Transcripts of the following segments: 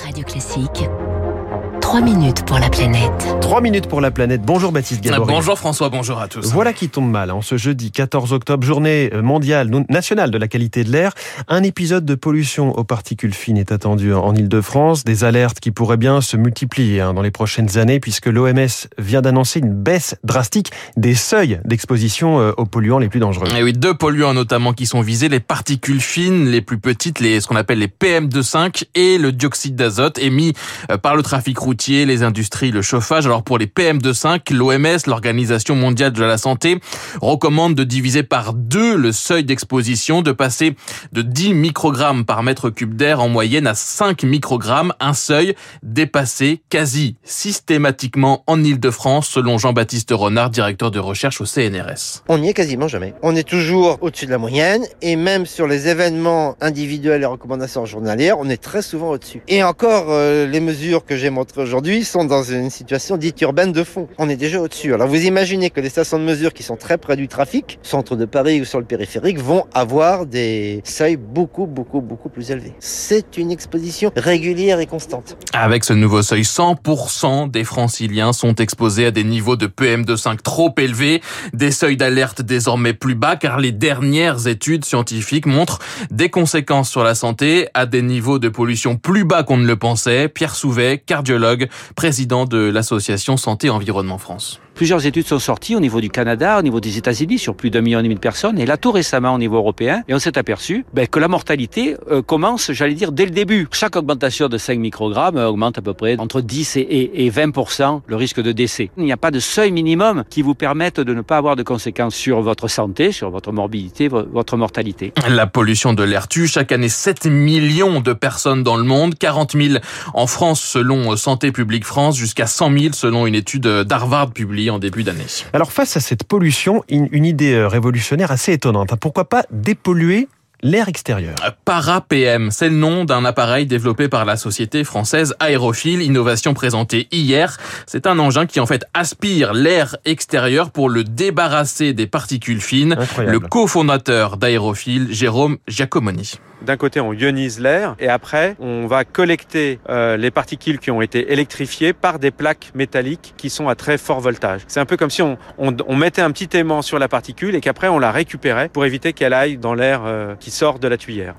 Radio Classique. 3 minutes pour la planète. 3 minutes pour la planète. Bonjour Baptiste Gabory. Bonjour François, bonjour à tous. Voilà qui tombe mal. En ce jeudi 14 octobre, journée mondiale nationale de la qualité de l'air. Un épisode de pollution aux particules fines est attendu en Île-de-France. Des alertes qui pourraient bien se multiplier dans les prochaines années puisque l'OMS vient d'annoncer une baisse drastique des seuils d'exposition aux polluants les plus dangereux. Et oui, 2 polluants notamment qui sont visés, les particules fines, les plus petites, ce qu'on appelle les PM2,5 et le dioxyde d'azote émis par le trafic routier, les industries, le chauffage. Alors pour les PM2,5, l'OMS, l'Organisation mondiale de la santé, recommande de diviser par 2 le seuil d'exposition, de passer de 10 microgrammes par mètre cube d'air en moyenne à 5 microgrammes, un seuil dépassé quasi systématiquement en Île-de-France, selon Jean-Baptiste Renard, directeur de recherche au CNRS. On n'y est quasiment jamais. On est toujours au-dessus de la moyenne et même sur les événements individuels et recommandations journalières, on est très souvent au-dessus. Et encore, les mesures que j'ai montrées aujourd'hui sont dans une situation dite urbaine de fond. On est déjà au-dessus. Alors vous imaginez que les stations de mesure qui sont très près du trafic, centre de Paris ou sur le périphérique, vont avoir des seuils beaucoup plus élevés. C'est une exposition régulière et constante. Avec ce nouveau seuil, 100% des franciliens sont exposés à des niveaux de PM2,5 trop élevés, des seuils d'alerte désormais plus bas car les dernières études scientifiques montrent des conséquences sur la santé à des niveaux de pollution plus bas qu'on ne le pensait. Pierre Souvet, cardiologue, président de l'association Santé Environnement France. Plusieurs études sont sorties au niveau du Canada, au niveau des États-Unis, sur plus d'1,5 million de personnes, et là tout récemment au niveau européen, et on s'est aperçu que la mortalité commence, dès le début. Chaque augmentation de 5 microgrammes augmente à peu près entre 10 et 20% le risque de décès. Il n'y a pas de seuil minimum qui vous permette de ne pas avoir de conséquences sur votre santé, sur votre morbidité, votre mortalité. La pollution de l'air tue chaque année 7 millions de personnes dans le monde, 40 000 en France selon Santé publique France, jusqu'à 100 000 selon une étude d'Harvard publiée en début d'année. Alors face à cette pollution, une idée révolutionnaire assez étonnante. Pourquoi pas dépolluer l'air extérieur? Para-PM, c'est le nom d'un appareil développé par la société française Aérophile, innovation présentée hier. C'est un engin qui en fait aspire l'air extérieur pour le débarrasser des particules fines. Incroyable. Le cofondateur d'Aérophile, Jérôme Giacomoni. D'un côté, on ionise l'air et après, on va collecter les particules qui ont été électrifiées par des plaques métalliques qui sont à très fort voltage. C'est un peu comme si on mettait un petit aimant sur la particule et qu'après, on la récupérait pour éviter qu'elle aille dans l'air qui sort de la tuyère.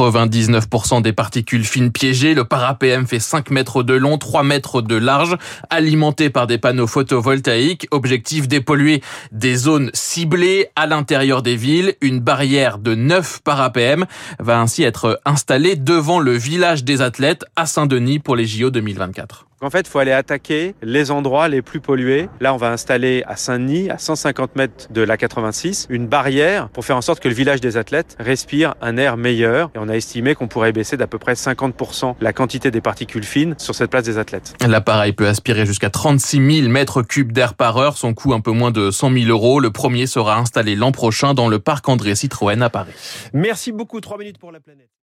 99% des particules fines piégées. Le para-PM fait 5 mètres de long, 3 mètres de large, alimenté par des panneaux photovoltaïques. Objectif, dépolluer des zones ciblées à l'intérieur des villes. Une barrière de 9 para-PM va ainsi être installée devant le village des athlètes à Saint-Denis pour les JO 2024. En fait, il faut aller attaquer les endroits les plus pollués. Là, on va installer à Saint-Denis, à 150 mètres de l'A86, une barrière pour faire en sorte que le village des athlètes respire un air meilleur. Et on a estimé qu'on pourrait baisser d'à peu près 50% la quantité des particules fines sur cette place des athlètes. L'appareil peut aspirer jusqu'à 36 000 mètres cubes d'air par heure. Son coût un peu moins de 100 000 €. Le premier sera installé l'an prochain dans le parc André Citroën à Paris. Merci beaucoup. 3 minutes pour la planète.